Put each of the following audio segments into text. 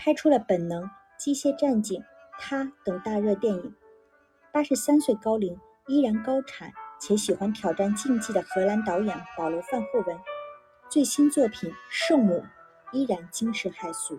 拍出了《本能》《机械战警》他等大热电影。83岁高龄依然高产且喜欢挑战竞技的荷兰导演保罗·范霍文，最新作品《圣母》依然惊世骇俗。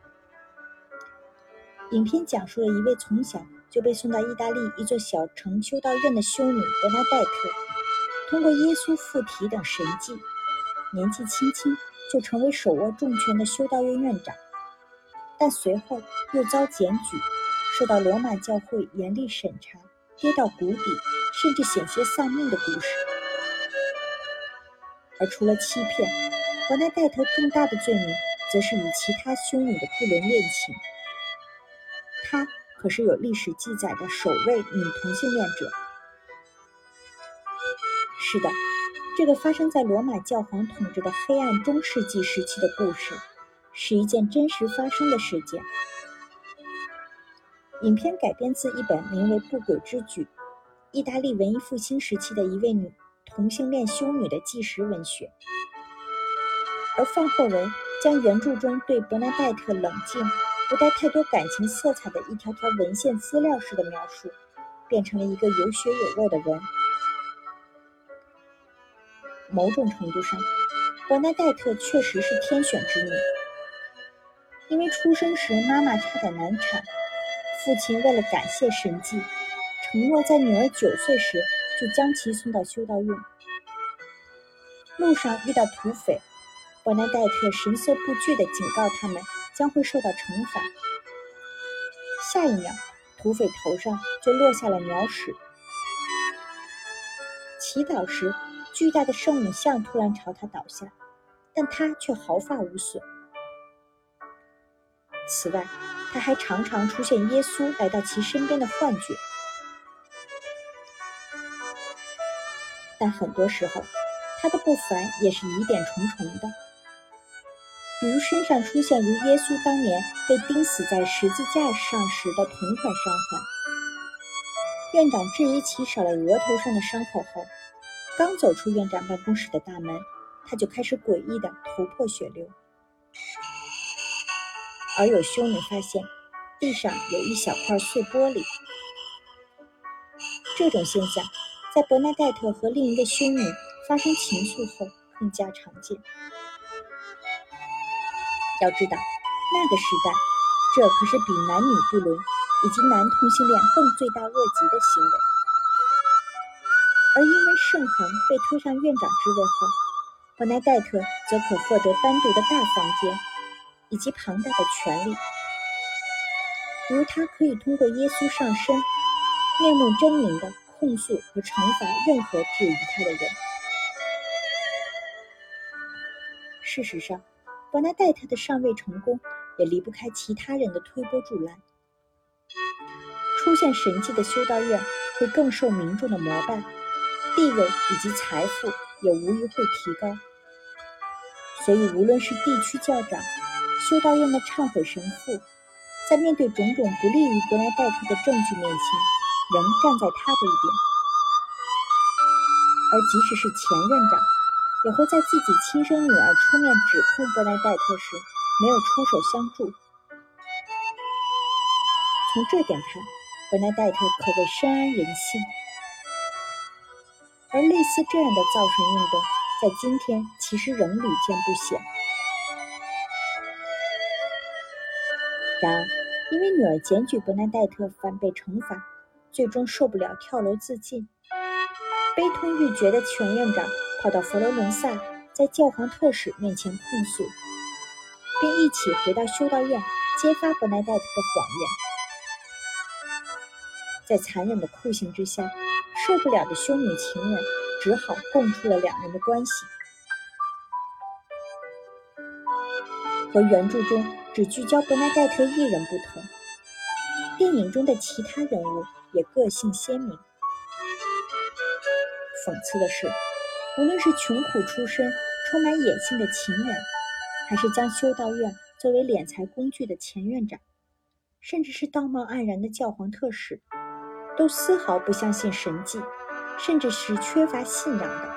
影片讲述了一位从小就被送到意大利一座小城修道院的修女伯纳黛特，通过耶稣附体等神迹，年纪轻轻就成为手握重权的修道院院长，但随后又遭检举，受到罗马教会严厉审查，跌到谷底，甚至险些丧命的故事。而除了欺骗，伯纳黛特更大的罪名则是与其他修女的不伦恋情。她可是有历史记载的首位女同性恋者。是的，这个发生在罗马教皇统治的黑暗中世纪时期的故事，是一件真实发生的事件。影片改编自一本名为《不轨之举》意大利文艺复兴时期的一位女同性恋修女的纪实文学，而范霍文将原著中对伯纳黛特冷静不带太多感情色彩的一条条文献资料式的描述，变成了一个有血有肉的人。某种程度上，伯纳黛特确实是天选之女，因为出生时妈妈差点难产，父亲为了感谢神迹，承诺在女儿9岁时就将其送到修道院。路上遇到土匪，伯纳黛特神色不惧地警告他们将会受到惩罚，下一秒土匪头上就落下了鸟屎。祈祷时，巨大的圣母像突然朝他倒下，但他却毫发无损。此外，他还常常出现耶稣来到其身边的幻觉，但很多时候他的不凡也是疑点重重的，比如身上出现如耶稣当年被钉死在十字架上时的同款伤痕。院长质疑其少了额头上的伤口后，刚走出院长办公室的大门，他就开始诡异的头破血流。而有修女发现地上有一小块碎玻璃，这种现象在伯纳黛特和另一个修女发生情愫后更加常见。要知道，那个时代，这可是比男女不伦以及男同性恋更罪大恶极的行为。而因为圣痕被推上院长之位后，伯纳黛特则可获得单独的大房间以及庞大的权力，比如他可以通过耶稣上身，面目狰狞地控诉和惩罚任何质疑他的人。事实上，伯纳黛特的上位成功也离不开其他人的推波助澜。出现神迹的修道院会更受民众的膜拜，地位以及财富也无疑会提高。所以无论是地区教长、修道院的忏悔神父，在面对种种不利于伯纳黛特的证据面前，仍站在他的一边。而即使是前院长，也会在自己亲生女儿出面指控伯纳黛特时，没有出手相助。从这点看，伯纳黛特可谓深谙人性。而类似这样的造神运动，在今天其实仍屡见不鲜。然而，因为女儿检举伯纳黛特反被惩罚，最终受不了跳楼自尽。悲痛欲绝的前院长跑到佛罗伦萨，在教皇特使面前控诉，并一起回到修道院揭发伯纳黛特的谎言。在残忍的酷刑之下，受不了的修女情人只好供出了两人的关系。和原著中只聚焦伯纳黛特一人不同，电影中的其他人物也个性鲜明。讽刺的是，无论是穷苦出身、充满野性的情人，还是将修道院作为敛财工具的前院长，甚至是道貌岸然的教皇特使，都丝毫不相信神迹，甚至是缺乏信仰的。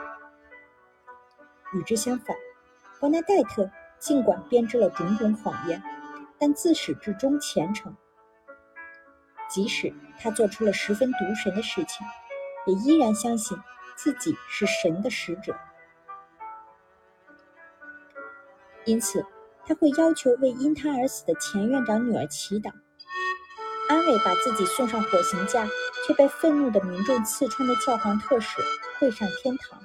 与之相反，伯纳黛特尽管编织了种种谎言， 但自始至终虔诚。即使他做出了十分渎神的事情，也依然相信自己是神的使者。因此，他会要求为因他而死的前院长女儿祈祷，安慰把自己送上火刑架却被愤怒的民众刺穿的教皇特使会上天堂。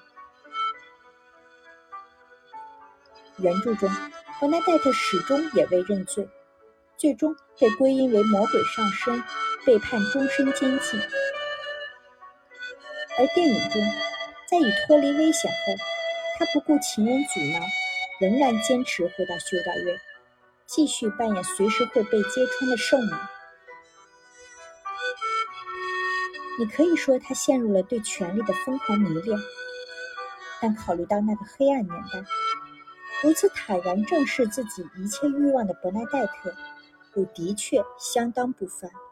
原著中，伯纳黛特始终也未认罪，最终被归因为魔鬼上身，被判终身监禁。而电影中，在已脱离危险后，他不顾情人阻挠，仍然坚持回到修道院，继续扮演随时会被揭穿的圣母。你可以说他陷入了对权力的疯狂迷恋，但考虑到那个黑暗年代，如此坦然正视自己一切欲望的伯纳黛特，又的确相当不凡。